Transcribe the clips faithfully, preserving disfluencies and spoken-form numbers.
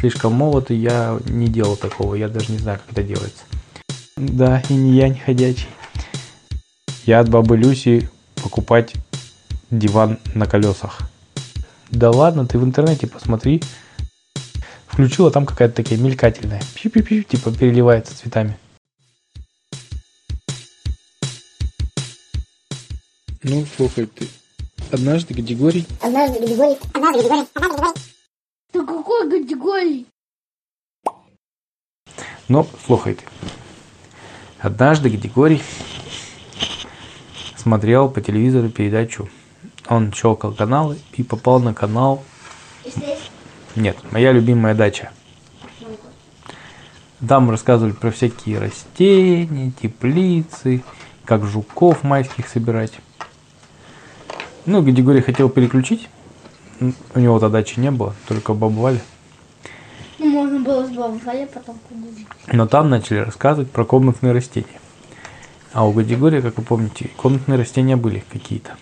слишком молод, и я не делал такого. Я даже не знаю, как это делается. Да, и не я не ходячий. Я от бабы Люси покупать диван на колесах. Да ладно, ты в интернете посмотри. Включила, там какая-то такая мелькательная. Пью-пью-пью, типа переливается цветами. Ну, слушай, ты однажды Гадигорий... Однажды Гадигорий... Однажды Гадигорий... Однажды Гадигорий... Да какой Гадигорий? Ну, слушай ты. Однажды Гадигорий смотрел по телевизору передачу. Он щелкал каналы и попал на канал... Нет, «Моя любимая дача». Там рассказывали про всякие растения, теплицы, как жуков майских собирать. Ну, Гадигорий хотел переключить. У него тогда дачи не было, только баба Валя. Ну, можно было с бабой Валей потом подождать. Но там начали рассказывать про комнатные растения. А у Гадигория, как вы помните, комнатные растения были какие-то.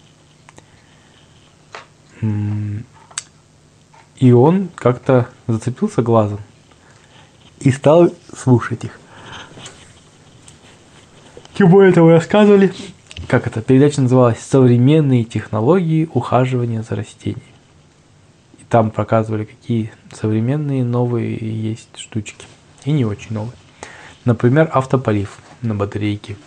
И он как-то зацепился глазом и стал слушать их. Чего это вы рассказывали? Как это? Передача называлась «Современные технологии ухаживания за растениями». И там показывали, какие современные новые есть штучки. И не очень новые. Например, автополив на батарейке.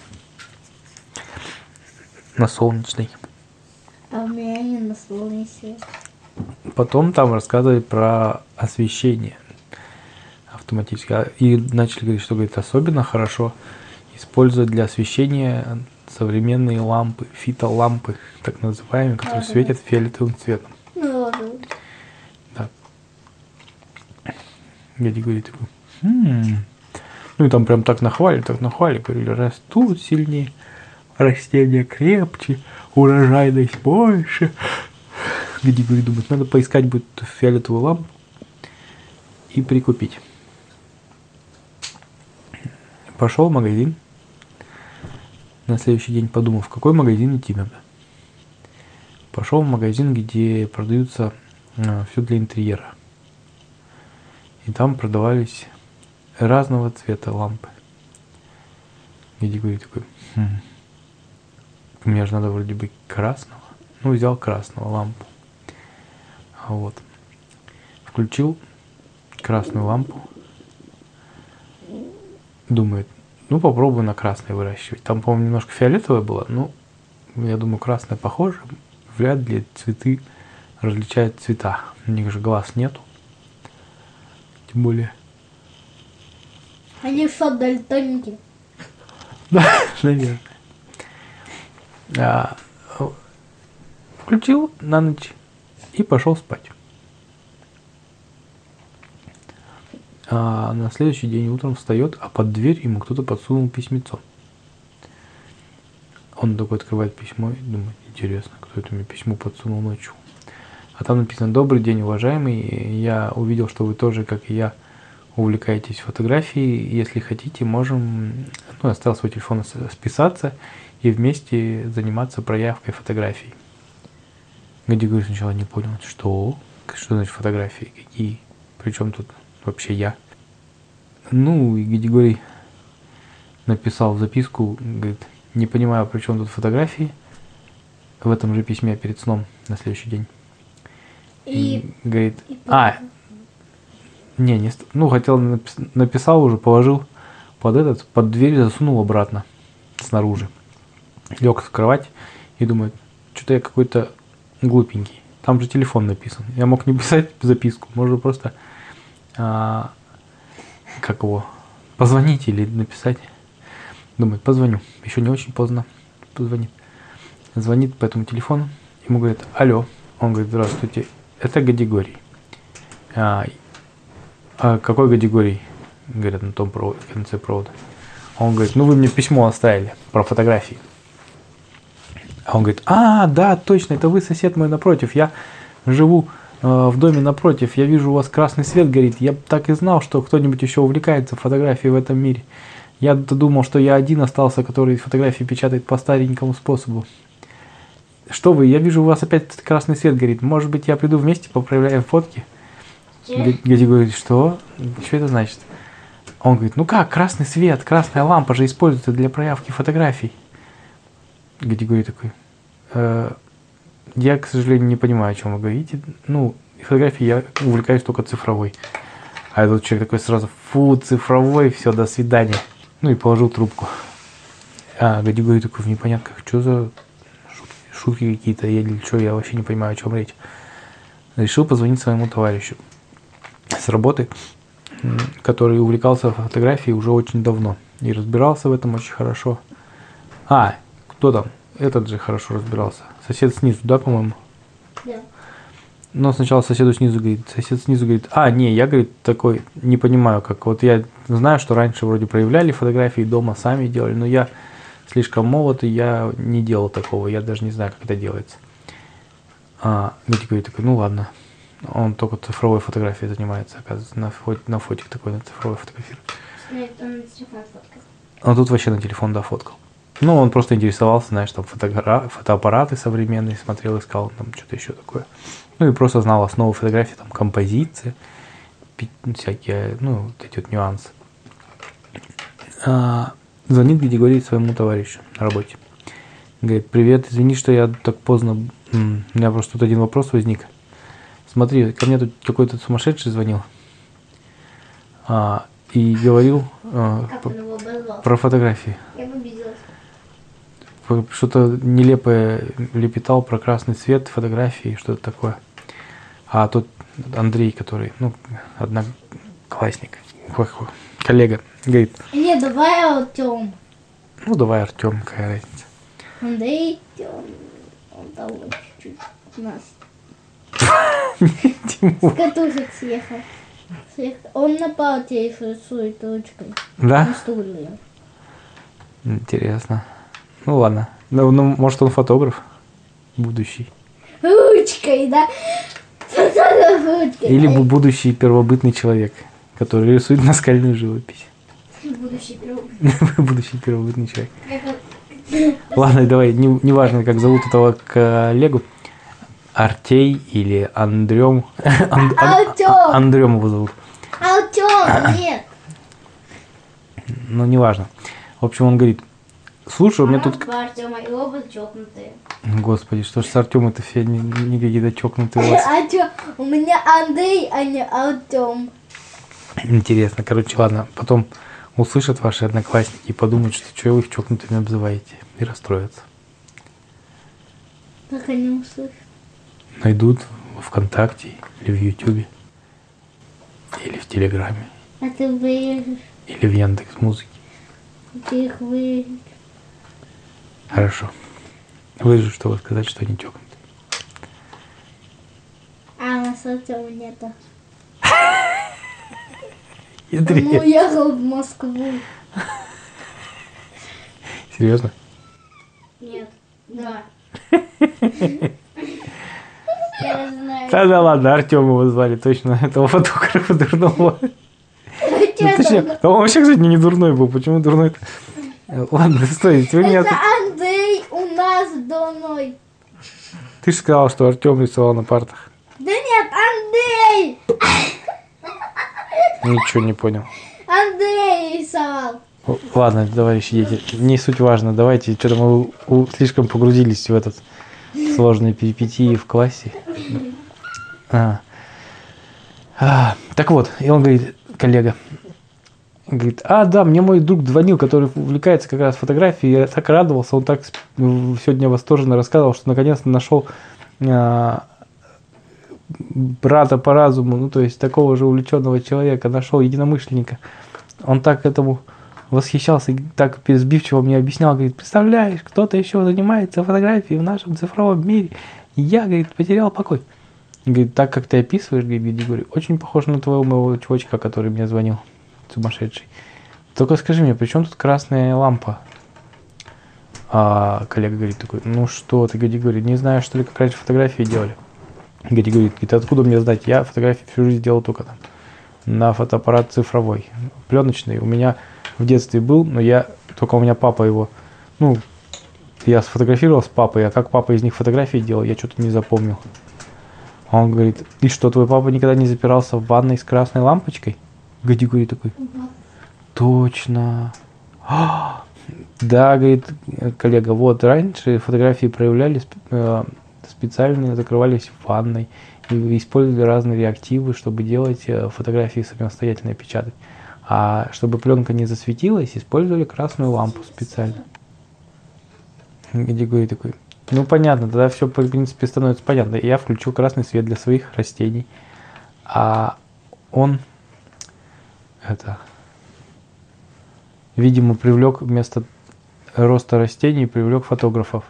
На солнечной. А у меня не на солнечный свет. Потом там рассказывали про освещение автоматически. И начали говорить, что, говорит, особенно хорошо использовать для освещения современные лампы, фитолампы, так называемые, которые Ага. светят фиолетовым цветом. Ну ладно. Да. Дядя говорит, такой, «М-м-м». Ну и там прям так нахвалили, так нахвалили, говорили, растут сильнее, растения крепче, урожайность больше. Где говорит, думает, надо поискать будет фиолетовую лампу и прикупить. Пошел в магазин. На следующий день подумал, в какой магазин идти надо. Пошел в магазин, где продаются э, все для интерьера. И там продавались разного цвета лампы. Где говорит такой, хм, мне же надо вроде бы красного. Ну, взял красного лампу. Вот. Включил красную лампу. Думает, ну попробую на красной выращивать. Там, по-моему, немножко фиолетовое было, но я думаю, красное похоже. Вряд ли цветы различают цвета. У них же глаз нету. Тем более. Они что, дальтоники? Да, наверное. А, включил на ночь и пошел спать. А на следующий день утром встает, а под дверь ему кто-то подсунул письмецо. Он такой открывает письмо и думает, интересно, кто это мне письмо подсунул ночью. А там написано: добрый день, уважаемый, я увидел, что вы тоже, как и я, увлекаетесь фотографией. Если хотите, можем, ну, я оставил свой телефон, списаться и вместе заниматься проявкой фотографий. Гадигорий сначала не понял, что, что значит фотографии, какие, причем тут вообще я. Ну, и Гадигорий написал в записку, говорит, не понимаю, при чем тут фотографии, в этом же письме перед сном на следующий день. И, и говорит, и а, не, не, ну, хотел, написал уже, положил под этот, под дверь, засунул обратно, снаружи. Лег в кровать и думает, что-то я какой-то глупенький. Там же телефон написан. Я мог не писать записку, можно просто, а, как его, позвонить или написать. Думает, позвоню. Еще не очень поздно. Позвонит. Звонит по этому телефону. Ему говорит, алло. Он говорит, здравствуйте. Это Гадигорий. А, а какой Гадигорий? Говорят на том проводе, в конце провода. Он говорит, ну вы мне письмо оставили про фотографии. А он говорит, а, да, точно, это вы сосед мой напротив. Я живу э, в доме напротив. Я вижу, у вас красный свет горит. Я так и знал, что кто-нибудь еще увлекается фотографией в этом мире. Я-то думал, что я один остался, который фотографии печатает по старенькому способу. Что вы, я вижу, у вас опять красный свет горит. Может быть, я приду вместе, поправляем фотки? Гади говорит, что? Что это значит? Он говорит, ну как, красный свет, красная лампа же используется для проявки фотографий. Гади говорит такой, э, я, к сожалению, не понимаю, о чем вы говорите. Ну, фотографии я увлекаюсь только цифровой. А этот человек такой сразу, фу, цифровой, все, до свидания. Ну и положил трубку. А Гади говорит такой в непонятках, что за шутки, шутки какие-то, или что, я вообще не понимаю, о чем речь. Решил позвонить своему товарищу с работы, который увлекался фотографией уже очень давно и разбирался в этом очень хорошо. А, кто там? Этот же хорошо разбирался. Сосед снизу, да, по-моему? Да. Но сначала соседу снизу говорит, сосед снизу говорит, а, не, я, говорит, такой, не понимаю, как, вот я знаю, что раньше вроде проявляли фотографии дома, сами делали, но я слишком молод, и я не делал такого, я даже не знаю, как это делается. А Гади говорит такой, ну ладно. Он только цифровой фотографией занимается, оказывается, на, фото, на фотик такой, на цифровой фотографирует. Нет, он на телефон фоткал. Он тут вообще на телефон, да, фоткал. Ну, он просто интересовался, знаешь, там фотогра... фотоаппараты современные, смотрел, искал, там что-то еще такое. Ну, и просто знал основу фотографии, там, композиции, всякие, ну, вот эти вот нюансы. А, звонит Гади, говорит своему товарищу на работе. Говорит, привет, извини, что я так поздно, у меня просто тут один вопрос возник. Смотри, ко мне тут какой-то сумасшедший звонил а, и говорил а, про фотографии. Я бы обиделась. Что-то нелепое лепетал про красный цвет, фотографии, что-то такое. А тут Андрей, который, ну, одноклассник, коллега, говорит, Не, давай Артем. ну давай, Артем, какая разница. Андрей, он, он того чуть-чуть у нас. С катушек съехал. съехал. Он на партии рисует ручкой. Да? На стуле. Интересно. Ну ладно. Ну, ну, может, он фотограф будущий. Ручкой, да? Фотограф ручкой. Или бу- будущий первобытный человек, который рисует наскальную живопись. Будущий первый. Будущий первобытный человек. Ладно, давай, не, не важно, как зовут этого коллегу. Артей или Андрем. Ан- Ан- Артем! Андрем его зовут. Артем, нет. Ну, неважно. В общем, он говорит, слушай, у меня тут... Два Артема и оба чокнутые. Господи, что ж с Артемом-то все не, не какие-то чокнутые у вас. А чё? У меня Андрей, а не Артем. Интересно. Короче, ладно. Потом услышат ваши одноклассники и подумают, что что вы их чокнутыми обзываете. И расстроятся. Как они услышат? Найдут в ВКонтакте или в Ютубе. Или в Телеграме. А ты вырежешь, Или в Яндекс.Музыке. ты их вырежешь. Хорошо. Вырежу, чтобы сказать, что они чокнутые. А у нас Артема нету. Он Интересно. уехал в Москву. Серьезно? Нет. Да. Я знаю. Да, да ладно, Артем его звали, точно, этого фотографа дурного. Ну, точнее, да он вообще, кстати, не дурной был. Почему дурной-то? Ладно, стой, ты меня... Это Андрей у нас дурной. Ты же сказал, что Артем рисовал на партах. Да нет, Андрей! Ничего не понял. Андрей рисовал. Л- Ладно, товарищи дети, не суть важно. Давайте, что-то мы у- слишком погрузились в этот сложные перипетии в классе. А. А, так вот, и он говорит, коллега, говорит, а, да, мне мой друг звонил, который увлекается как раз фотографией, я так радовался, он так сп- сегодня восторженно рассказывал, что наконец-то нашел а, брата по разуму, ну, то есть такого же увлеченного человека, нашел единомышленника. Он так этому восхищался и так сбивчиво мне объяснял, говорит, представляешь, кто-то еще занимается фотографией в нашем цифровом мире, и я, говорит, потерял покой. Говорит, так как ты описываешь, говорит, говорю, очень похож на твоего моего чувачка, который мне звонил, сумасшедший. Только скажи мне, при чем тут красная лампа? А коллега говорит такой, ну что ты, Гади, говорит, не знаешь, что ли, как раньше фотографии делали? Гади говорит, говорит, откуда мне знать, я фотографии всю жизнь делал только там, на фотоаппарат цифровой, пленочный. У меня в детстве был, но я, только у меня папа его, ну, я сфотографировал с папой, а как папа из них фотографии делал, я что-то не запомнил. Он говорит, и что, твой папа никогда не запирался в ванной с красной лампочкой? Гадигорий такой, точно. А, да, говорит коллега, вот раньше фотографии проявляли э, специально, закрывались в ванной и использовали разные реактивы, чтобы делать э, фотографии самостоятельно печатать. А чтобы пленка не засветилась, использовали красную лампу специально. Гадигорий такой, ну понятно, тогда все в принципе становится понятно. Я включил красный свет для своих растений, а он это, видимо, привлек вместо роста растений, привлек фотографов.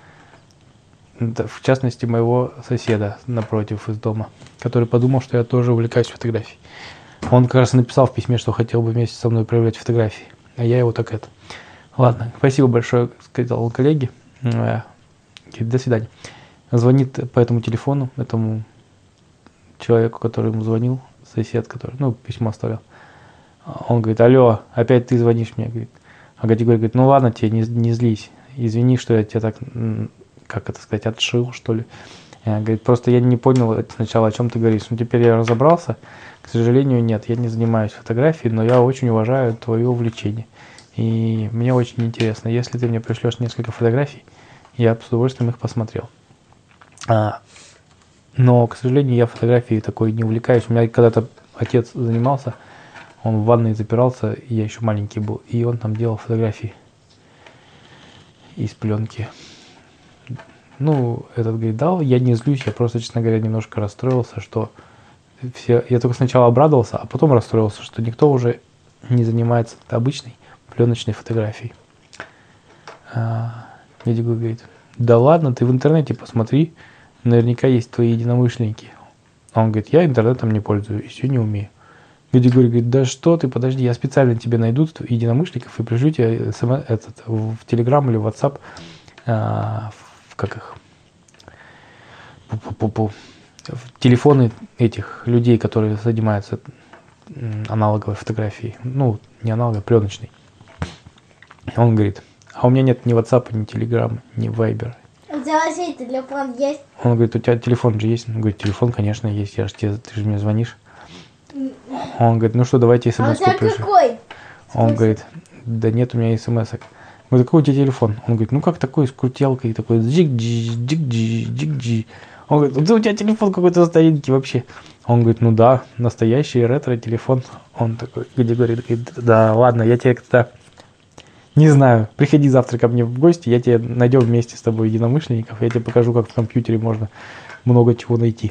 В частности, моего соседа напротив из дома, который подумал, что я тоже увлекаюсь фотографией. Он как раз написал в письме, что хотел бы вместе со мной проявлять фотографии, а я его так это. Ладно, спасибо большое, сказал он коллеге. До свидания. Звонит по этому телефону, этому человеку, который ему звонил, сосед, который, ну, письмо оставлял. Он говорит, алло, опять ты звонишь мне, говорит. А Гадигорий говорит, ну ладно тебе, не, не злись, извини, что я тебя так, как это сказать, отшил, что ли. Я, говорит, просто я не понял сначала, о чем ты говоришь. Ну, теперь я разобрался. К сожалению, нет, я не занимаюсь фотографией, но я очень уважаю твое увлечение. И мне очень интересно, если ты мне пришлешь несколько фотографий, я с удовольствием их посмотрел. А, но, к сожалению, я фотографией такой не увлекаюсь. У меня когда-то отец занимался, он в ванной запирался, я еще маленький был, и он там делал фотографии из пленки. Ну, этот говорит, да, я не злюсь, я просто, честно говоря, немножко расстроился, что все... Я только сначала обрадовался, а потом расстроился, что никто уже не занимается обычной пленочной фотографией. А, Гадигорий говорит, да ладно, ты в интернете посмотри, наверняка есть твои единомышленники. А он говорит, я интернетом не пользуюсь, еще не умею. Гадигорий говорит, да что ты, подожди, я специально тебе найду единомышленников и пришлю тебе смс, этот, в Телеграм или в WhatsApp, а, в, как их, Пу-пу-пу-пу. В телефоны этих людей, которые занимаются аналоговой фотографией, ну, не аналоговой, пленочной. Он говорит, а у меня нет ни WhatsApp, ни Telegram, ни Viber. У тебя вообще телефон есть? Он говорит, у тебя телефон же есть? Он говорит, телефон, конечно, есть, я же тебе, ты же мне звонишь. Он говорит, ну что, давайте смс-ку А у тебя пришлю. какой? Он говорит, да нет у меня смс-ок. Говорит, какой у тебя телефон? Он говорит, ну как такой, с крутелкой, такой джик-джи, джик-джи, джик-джи. Он говорит, ну у тебя телефон какой-то старенький вообще. Он говорит, ну да, настоящий ретро-телефон. Он такой, где говорит, да ладно, я тебе когда... Не знаю, приходи завтра ко мне в гости, я тебе найдем вместе с тобой единомышленников, я тебе покажу, как в компьютере можно много чего найти.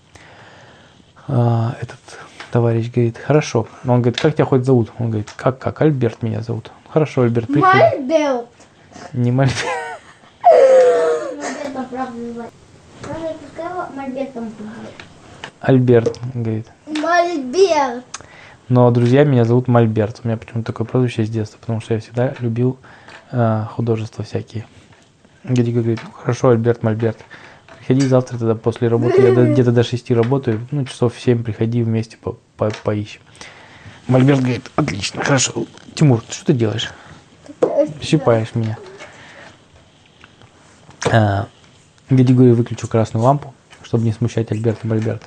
А, этот товарищ говорит, хорошо. Он говорит, как тебя хоть зовут? Он говорит, как, как, Альберт меня зовут. Хорошо, Альберт, приходи. Мальберт. Не Мальберт. Мальбертом правда звать. Пускай его Мальбертом будет. Альберт, говорит. Мальберт. Но, друзья, меня зовут Мальберт. У меня почему-то такое прозвище с детства, потому что я всегда любил э, художества всякие. Гадигорий говорит, хорошо, Альберт, Мальберт. Приходи завтра тогда после работы. Я где-то до шести работаю. Ну, часов в семь приходи, вместе по по поищем. Мальберт говорит, отлично, хорошо. Тимур, что ты делаешь? Щипаешь меня. А, Гадигорий выключил красную лампу, чтобы не смущать Альберта Мальберта.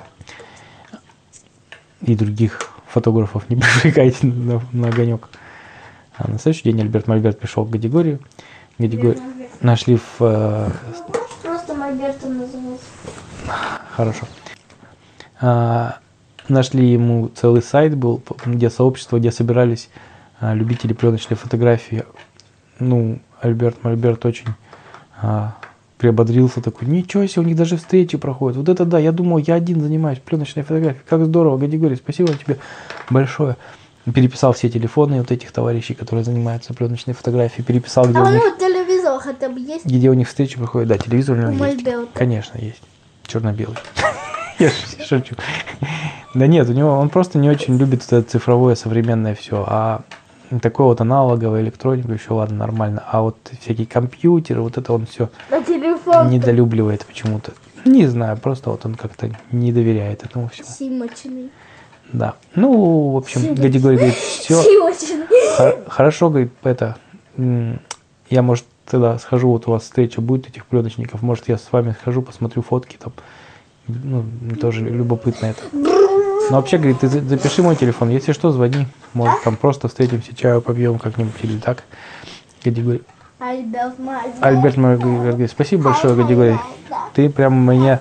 И других фотографов не привлекайте на, на огонек. А на следующий день Альберт Мальберт пришел к Гадигорию. Гадигорий нашли в... Э, Просто Мальбертом назывался. Хорошо. А, нашли ему целый сайт был, где сообщество, где собирались а, любители пленочной фотографии. Ну, Альберт Мальберт очень а, приободрился, такой, ничего себе, у них даже встречи проходят. Вот это да, я думал, я один занимаюсь пленочной фотографией. Как здорово, Гадигорий, спасибо тебе большое. Переписал все телефоны вот этих товарищей, которые занимаются пленочной фотографией. Переписал, где, А у, у них, него телевизор хотя бы есть? где у них встречи проходят. Да, телевизор у него У есть. Мальберта. Конечно, есть. Черно-белый. Я шучу. Да нет, у него он просто не очень любит это цифровое современное все. А такое вот аналоговое, электронику еще ладно, нормально. А вот всякие компьютеры, вот это он все На телефон. недолюбливает почему-то. Не знаю, просто вот он как-то не доверяет этому всему. Симочный. Да. Ну, в общем, Гадигорий говорит, все. Симочный. Хорошо, говорит, это, я, может, тогда схожу, вот у вас встреча будет этих пленочников, может, я с вами схожу, посмотрю фотки там. Ну, тоже любопытно это. Ну, вообще, говорит, ты запиши мой телефон, если что, звони. Может, там просто встретимся, чаю попьем как-нибудь или так. Гади говорит. Альберт Маргей. Альберт Маргей, спасибо большое, Гади говорит. Ты прям меня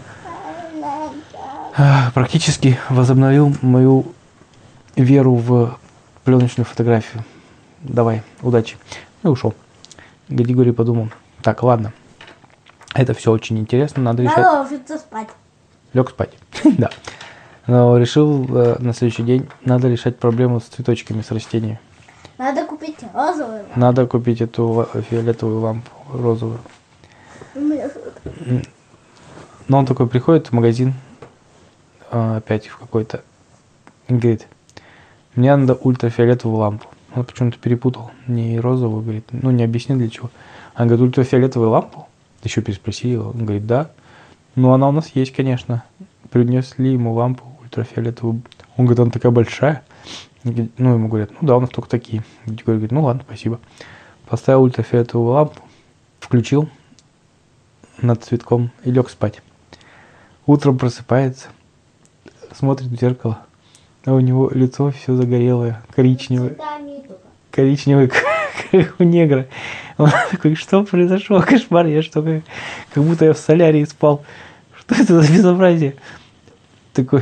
а, практически возобновил мою веру в пленочную фотографию. Давай, удачи. И ушел. Гади подумал. Так, ладно. Это все очень интересно, надо решать. Надо ложиться спать. Лег спать. Да. Но решил э, на следующий день, надо решать проблему с цветочками, с растениями. Надо купить розовую. Надо купить эту фиолетовую лампу, розовую. У меня что-то. Но он такой приходит в магазин, э, опять в какой-то, и говорит, мне надо ультрафиолетовую лампу. Он почему-то перепутал, не розовую, говорит, ну не объяснил для чего. Он говорит, ультрафиолетовую лампу? Ты еще переспроси его. Он говорит, да. Ну она у нас есть, конечно. Принесли ему лампу ультрафиолетовую. Он говорит, она такая большая. Ну, ему говорят, ну да, у нас только такие. Григорий говорит, ну ладно, спасибо. Поставил ультрафиолетовую лампу, включил над цветком и лег спать. Утром просыпается, смотрит в зеркало, а у него лицо все загорелое, коричневое. Коричневый, как у негра. Он такой, что произошло? Кошмар, я что, как, как будто я в солярии спал. Что это за безобразие? Такой...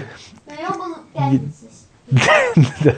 Да.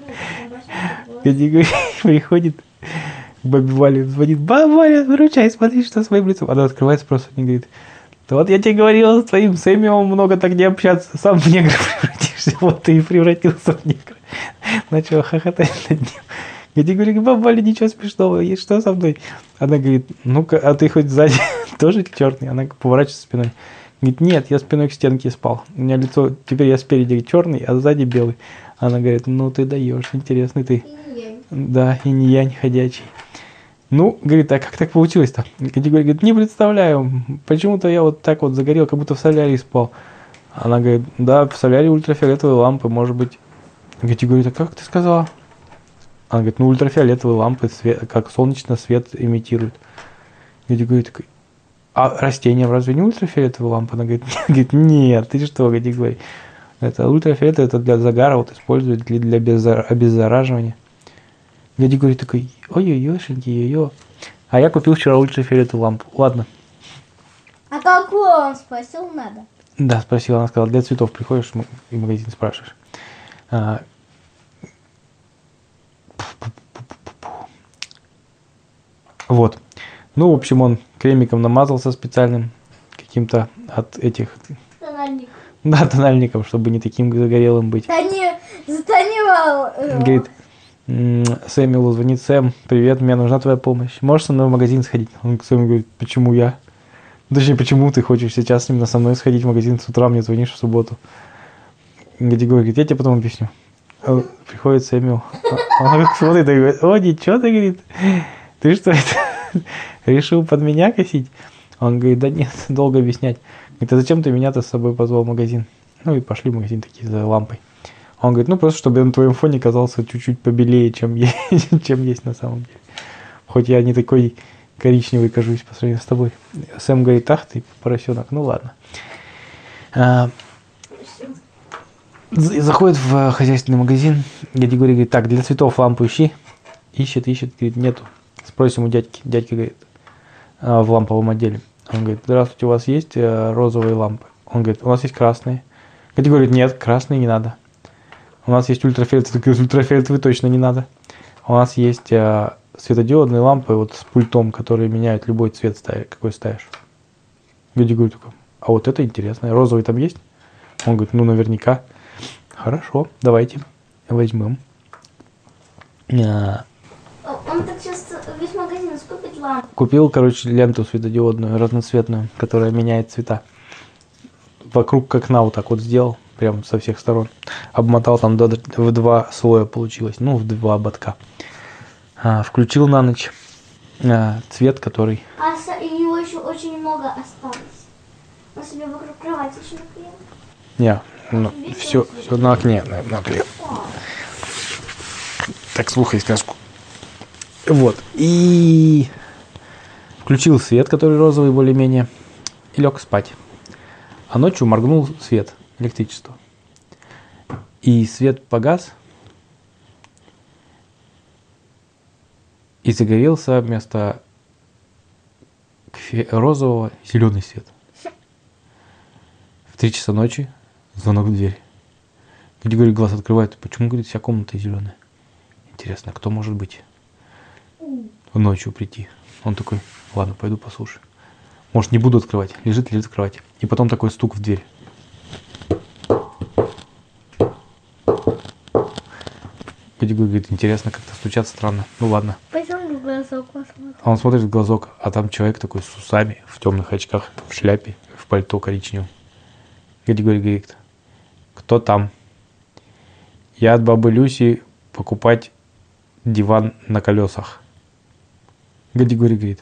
Гади приходит к бабе Вале, звонит, баба Валя, выручай, смотри, что с моим лицом. Она открывается просто и говорит, да вот я тебе говорила, с твоим Сэмиом много так не общаться, сам в негра превратишься, вот ты и превратился в негра. Начала хохотать над ним. Гади говорит, баба Валя, ничего смешного, есть что со мной? Она говорит, ну-ка, а ты хоть сзади тоже черный? Она поворачивается спиной. Говорит, нет, я спиной к стенке спал. У меня лицо, теперь я спереди черный, а сзади белый. Она говорит, ну ты даешь, интересный ты. Да, и не янь ходячий. Ну, говорит, а как так получилось-то? Гади говорит, не представляю, почему-то я вот так вот загорел, как будто в солярии спал. Она говорит, да, в солярии ультрафиолетовые лампы, может быть. Гади говорит, а как ты сказала? Она говорит, ну ультрафиолетовые лампы, свет, как солнечный свет имитируют. Гади говорит, а растениям разве не ультрафиолетовая лампа? Она говорит, говорит нет, ты что, Гади говорит. Это ультрафиолет, это для загара вот используют, для, для беззар, обеззараживания. Гади говорит такой, ой-ой-ойшеньки, ой-ой. А я купил вчера ультрафиолетовую лампу. Ладно. А какую он спросил надо? Да, спросила, она сказала, для цветов приходишь в магазин, спрашиваешь. А, вот. Ну, в общем, он кремиком намазался специальным, каким-то от этих... Тональник. Да, тональником, чтобы не таким загорелым быть. Тони... Затонировал. Говорит, Сэмюэлу звонит, Сэм, привет, мне нужна твоя помощь. Можешь со мной в магазин сходить? Он к Сэму говорит, почему я? Точнее, почему ты хочешь сейчас именно со мной сходить в магазин с утра, мне звонишь в субботу? Гади говорит, я тебе потом объясню. Приходит Сэмюэл, он как смотрит и говорит, о, ничего ты, говорит, ты что это, решил под меня косить? Он говорит, да нет, долго объяснять. Говорит, а зачем ты меня-то с собой позвал в магазин? Ну и пошли в магазин такие за лампой. Он говорит, ну просто, чтобы я на твоем фоне казался чуть-чуть побелее, чем есть, чем есть на самом деле. Хоть я не такой коричневый кажусь по сравнению с тобой. Сэм говорит, ах ты, поросенок, ну ладно. А, заходит в хозяйственный магазин, Гади говорит, так, для цветов лампу ищи. Ищет, ищет, говорит, нету. Спросим у дядьки. Дядька говорит, а, в ламповом отделе. Он говорит, здравствуйте, у вас есть розовые лампы? Он говорит, у нас есть красные. Гади говорит, нет, красные не надо. У нас есть ультрафиолетовые, ультрафиолетовые точно не надо. У нас есть а, светодиодные лампы вот с пультом, которые меняют любой цвет, ставишь, какой ставишь. Гади говорит, а вот это интересно. Розовый там есть? Он говорит, ну наверняка. Хорошо, давайте возьмем. А, Он так сейчас весь магазин скупит лампу. Купил, короче, ленту светодиодную, разноцветную, которая меняет цвета. Вокруг окна вот так вот сделал, прям со всех сторон. Обмотал там до, в два слоя получилось, ну, в два ободка. А, включил на ночь а, цвет, который... А и его еще очень много осталось. Он себе вокруг кровати еще наклеил. Не, ну, все, все на окне наклеил. Так, слухай сказку. Вот, и включил свет, который розовый более-менее, и лег спать. А ночью моргнул свет, электричество. И свет погас, и загорелся вместо розового зеленый свет. В три часа ночи звонок в дверь. Григорий глаз открывает. Почему, говорит, вся комната зеленая? Интересно, кто может быть ночью прийти? Он такой, ладно, пойду послушаю. Может, не буду открывать. Лежит, лежит в кровати. И потом такой стук в дверь. Григорий говорит, интересно, как-то стучат странно. Ну ладно. Пойдем в глазок посмотрим. А он смотрит в глазок, а там человек такой с усами, в темных очках, в шляпе, в пальто коричневом. Григорий говорит, кто там? Я от бабы Люси покупать диван на колесах. Григорий говорит,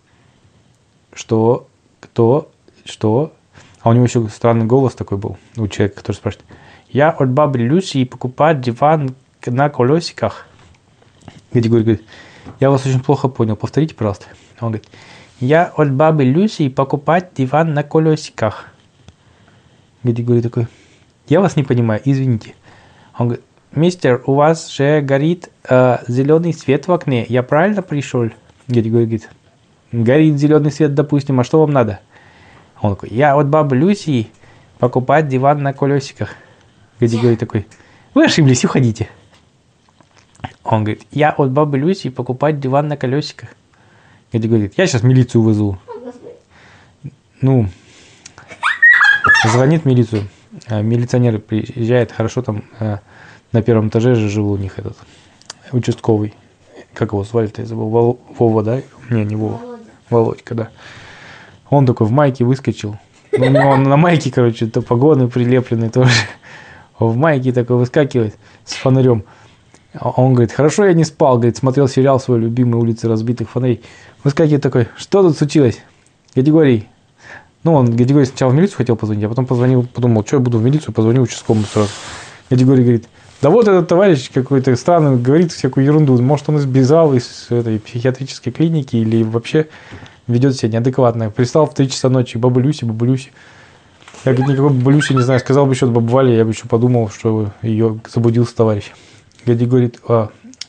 что, кто, что? А у него еще странный голос такой был, у человека, который спрашивает. Я от бабы Люси покупать диван на колесиках. Григорий говорит, я вас очень плохо понял, повторите, пожалуйста. Он говорит, я от бабы Люси покупать диван на колесиках. Григорий такой, я вас не понимаю, извините. Он говорит, мистер, у вас же горит э, зеленый свет в окне, я правильно пришел? Григорий говорит, горит зеленый свет, допустим, а что вам надо? Он такой, я от бабы Люси покупать диван на колесиках. Григорий такой, вы ошиблись, уходите. Он говорит, я от бабы Люси покупать диван на колесиках. Григорий говорит, я сейчас милицию вызову. Ну, звонит в милицию. Милиционер приезжает, хорошо, там на первом этаже же жил у них этот участковый. Как его звали-то, я забыл. Вова, да? Не, не Вова. Володя. Володька, да. Он такой в майке выскочил. Ну, у него на майке, короче, то погоны прилеплены тоже. В майке такой выскакивает с фонарем. Он говорит, хорошо, я не спал, говорит, смотрел сериал свой любимый «Улицы разбитых фонарей». Выскакивает такой, что тут случилось? Григорий. Ну, он, Григорий сначала в милицию хотел позвонить, а потом позвонил, подумал, что я буду в милицию, позвоню участковому сразу. Григорий говорит, да вот этот товарищ какой-то странный, говорит всякую ерунду. Может, он сбежал из этой психиатрической клиники или вообще ведет себя неадекватно. Пристал в три часа ночи, баба Люси, баба Люси. Я, говорит, никакой бабы Люси не знаю. Сказал бы еще бабу Вале, я бы еще подумал, что ее заблудился товарищ. Григорий говорит, а,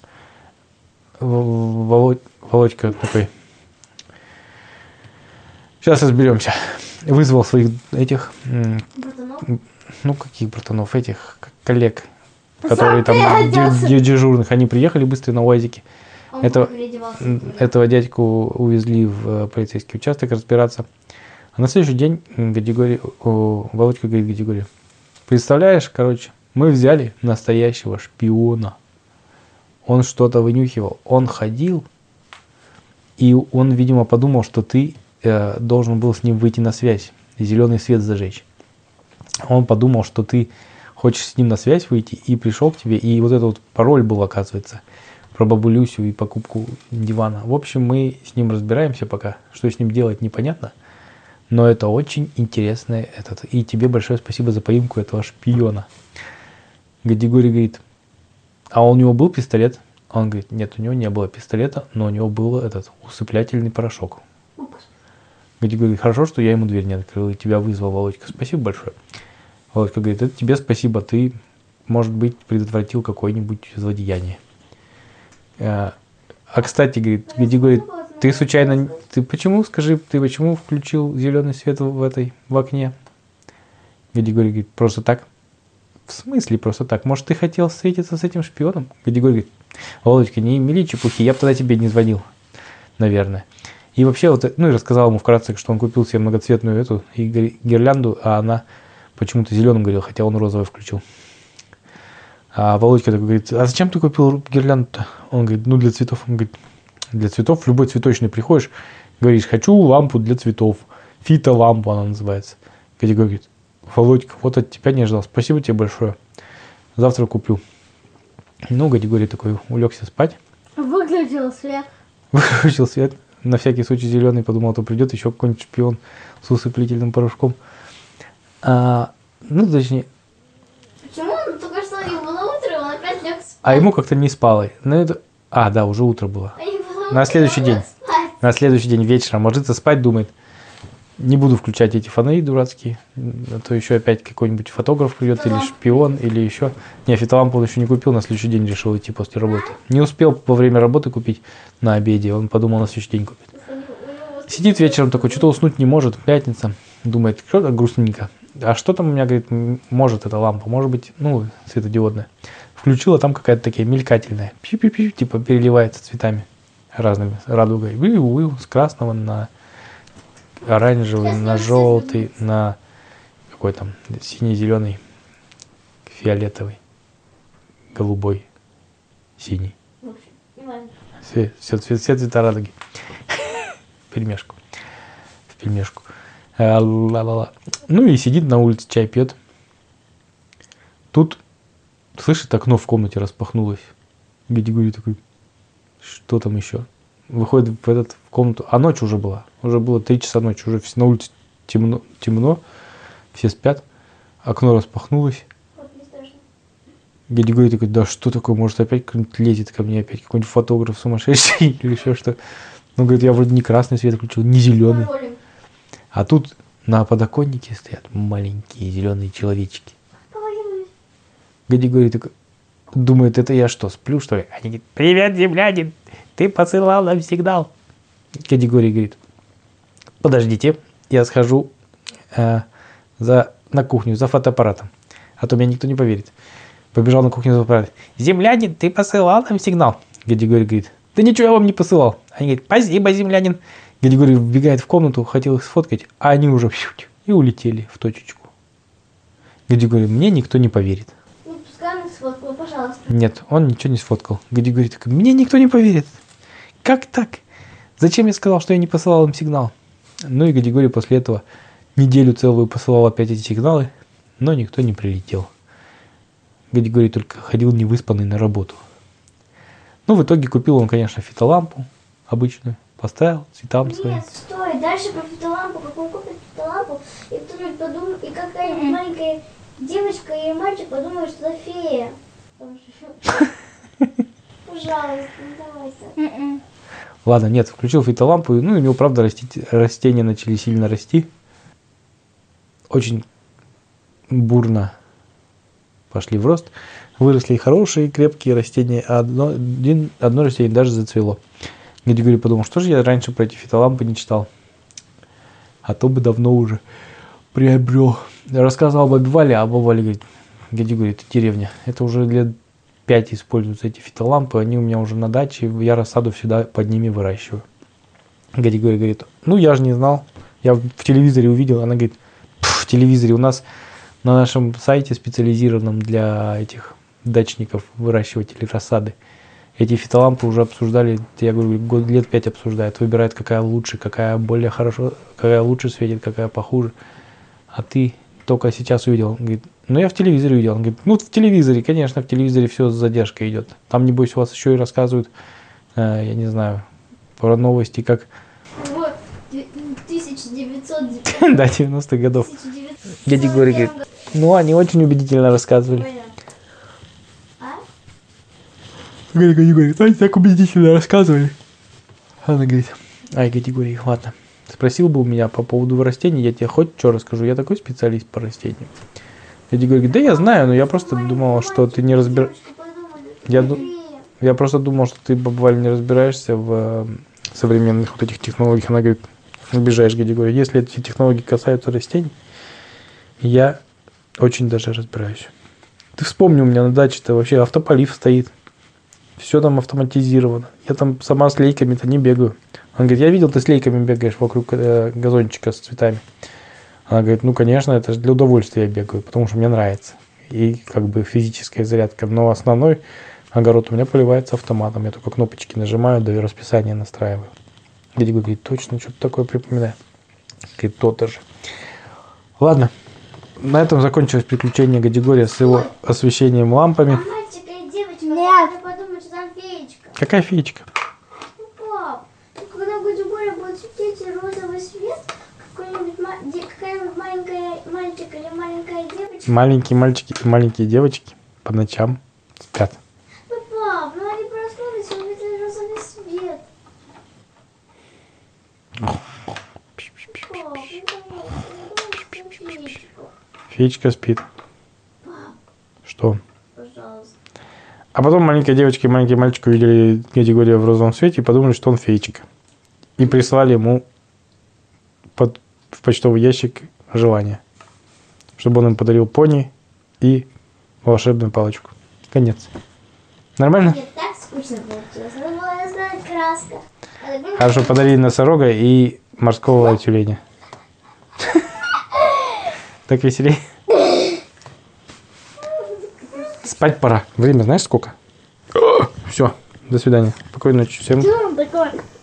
Володь, Володька такой, сейчас разберемся. Вызвал своих этих, братанов? Ну, каких братанов, этих коллег, которые там дежурных. Они приехали быстро на УАЗике. Этого, этого дядьку увезли в полицейский участок разбираться. А на следующий день Григорий, о, Володька говорит Григорию, представляешь, короче, мы взяли настоящего шпиона. Он что-то вынюхивал. Он ходил, и он, видимо, подумал, что ты э, должен был с ним выйти на связь, зеленый свет зажечь. Он подумал, что ты хочешь с ним на связь выйти, и пришел к тебе, и вот этот вот пароль был, оказывается, про бабу Люсю и покупку дивана. В общем, мы с ним разбираемся пока. Что с ним делать, непонятно. Но это очень интересно. Этот. И тебе большое спасибо за поимку этого шпиона. Григорий говорит, а у него был пистолет? Он говорит, нет, у него не было пистолета, но у него был этот усыплятельный порошок. Григорий говорит, хорошо, что я ему дверь не открыл и тебя вызвал, Володька. Спасибо большое. Володька говорит, это тебе спасибо, ты, может быть, предотвратил какое-нибудь злодеяние. А, кстати, говорит, Григорий, ты случайно, ты почему, скажи, ты почему включил зеленый свет в этой, в окне? Григорий говорит, просто так. В смысле просто так? Может, ты хотел встретиться с этим шпионом? Григорий говорит, Володька, не мели чепухи, я бы тогда тебе не звонил, наверное. И вообще, вот, ну и рассказал ему вкратце, что он купил себе многоцветную эту гирлянду, а она почему-то зеленым горела, хотя он розовый включил. А Володька такой говорит, а зачем ты купил гирлянду-то? Он говорит, ну для цветов. Он говорит, для цветов в любой цветочный приходишь, говоришь, хочу лампу для цветов. Фито-лампу она называется. Григорий говорит, Володька, вот от тебя не ожидал. Спасибо тебе большое. Завтра куплю. Ну, Григорий такой улегся спать. Выключил свет. Выключил свет. На всякий случай зеленый, подумал, то придет еще какой-нибудь шпион с усыплительным порошком. А, ну, точнее. Почему? Ну, только что и было утро, он опять лег спать. А ему как-то не спало. Ну, это... А, да, уже утро было. А На следующий день. Спать. На следующий день вечером ложится спать, думает, Не буду включать эти фонари дурацкие, а то еще опять какой-нибудь фотограф придет, или шпион, или еще. Не, фитолампу он еще не купил, на следующий день решил идти после работы. Не успел во время работы купить на обеде, он подумал, на следующий день купит. Сидит вечером такой, что-то уснуть не может, пятница, думает, что-то грустненько. А что там у меня, говорит, может эта лампа, может быть, ну, светодиодная. Включила, там какая-то такая мелькательная, пи-пи-пи, типа переливается цветами разными, радугой, вы-вы, с красного на оранжевый, на желтый, на какой там, синий-зеленый, фиолетовый, голубой, синий. Все, все, все, все цвета радуги. В пельмешку. В пельмешку. Ла-ла-ла. Ну и сидит на улице, чай пьет. Тут, слышит, окно в комнате распахнулось. Гуди-гуди такой, что там еще? Выходит в, этот, в комнату, а ночь уже была, уже было три часа ночи, уже на улице темно, темно, все спят, окно распахнулось. Дядя говорит такой, да что такое, может опять кто-нибудь лезет ко мне, опять какой-нибудь фотограф сумасшедший или еще что. Ну, говорит, я вроде не красный свет включил, не зеленый. А тут на подоконнике стоят маленькие зеленые человечки. Дядя говорит такой, думает, это я что, сплю что ли? Они говорят, привет, землянин. Ты посылал нам сигнал. Категория говорит, подождите, я схожу э, за, на кухню за фотоаппаратом, а то меня никто не поверит. Побежал на кухню за фотоаппаратом. Землянин, ты посылал нам сигнал? Категория говорит, да ничего я вам не посылал. Они говорят, спасибо, землянин. Категория вбегает в комнату, хотел их сфоткать, а они уже пшуть, и улетели в точечку. Категория, мне никто не поверит. Ну, пускай он сфоткал, пожалуйста. Нет, он ничего не сфоткал. Категория такой, мне никто не поверит. Как так? Зачем я сказал, что я не посылал им сигнал? Ну и Категория после этого неделю целую посылал опять эти сигналы, но никто не прилетел. Категория только ходил невыспанный на работу. Ну, в итоге купил он, конечно, фитолампу обычную, поставил цветам своим. Нет, стой, дальше про фитолампу. Как он купит фитолампу, и кто-нибудь подумает, и какая-нибудь маленькая девочка и мальчик подумают, что это фея. Пожалуйста, не давай так. Ладно, нет, включил фитолампу, ну и у него, правда, растить, растения начали сильно расти. Очень бурно пошли в рост. Выросли хорошие, крепкие растения, а одно, один, одно растение даже зацвело. Григорий подумал, что же я раньше про эти фитолампы не читал. А то бы давно уже приобрел. Я рассказывал бабе Вале, а баба Валя говорит, Григорий, это деревня, это уже лет пять используются эти фитолампы, они у меня уже на даче, я рассаду всегда под ними выращиваю. Григорий говорит, ну я же не знал, я в телевизоре увидел, она говорит, в телевизоре у нас на нашем сайте специализированном для этих дачников, выращивателей рассады, эти фитолампы уже обсуждали, я говорю, год, лет пять обсуждают, выбирают, какая лучше, какая более хорошо, какая лучше светит, какая похуже. А ты только сейчас увидел. Он говорит, ну я в телевизоре увидел. Он говорит, ну в телевизоре, конечно, в телевизоре все с задержкой идет. Там, небось, у вас еще и рассказывают, э, я не знаю, про новости, как... Вот, тысяча девятьсот... Да, девяностых годов. Дядя Григорий говорит, ну они очень убедительно рассказывали. Григорий говорит, они так убедительно рассказывали. Она говорит, ай, Григорий, ладно. Спросил бы у меня по поводу растений, я тебе хоть что расскажу, я такой специалист по растениям. Дядя говорит, да я знаю, но я просто думал, что ты не разбираешься. Я, я просто думал, что ты, баба Валя, не разбираешься в современных вот этих технологиях. Она говорит, обижаешь, Григорий, если эти технологии касаются растений, я очень даже разбираюсь. Ты вспомни, у меня на даче-то вообще автополив стоит. Все там автоматизировано. Я там сама с лейками-то не бегаю. Он говорит, я видел, ты с лейками бегаешь вокруг э, газончика с цветами. Она говорит, ну, конечно, это же для удовольствия я бегаю, потому что мне нравится. И как бы физическая зарядка. Но основной огород у меня поливается автоматом. Я только кнопочки нажимаю, да и расписание настраиваю. Дядя говорит, точно, что-то такое припоминаю. Говорит, то-то же. Ладно. На этом закончилось приключение Гадигория с его освещением лампами. А мальчика и девочка, нет. Надо подумать, что там феечка. Какая феечка? Ну, пап, когда Гадигория будет светить розовый свет, какой-нибудь ма- какая-нибудь маленькая мальчик или маленькая девочка. Маленькие мальчики и маленькие девочки по ночам спят. Ну, пап, ну они проснулись и увидели розовый свет. Пап. Феечка спит. Что? Пожалуйста. А потом маленькая девочка и маленький мальчик увидели Григория в розовом свете и подумали, что он феечка. И прислали ему под, в почтовый ящик желание, чтобы он им подарил пони и волшебную палочку. Конец. Нормально? Мне так скучно получилось. Надо было знать краска. Хорошо, подарили носорога и морского тюленя. Так веселей. Спать пора. Время знаешь сколько? Все. До свидания. Спокойной ночи всем. Прикольно.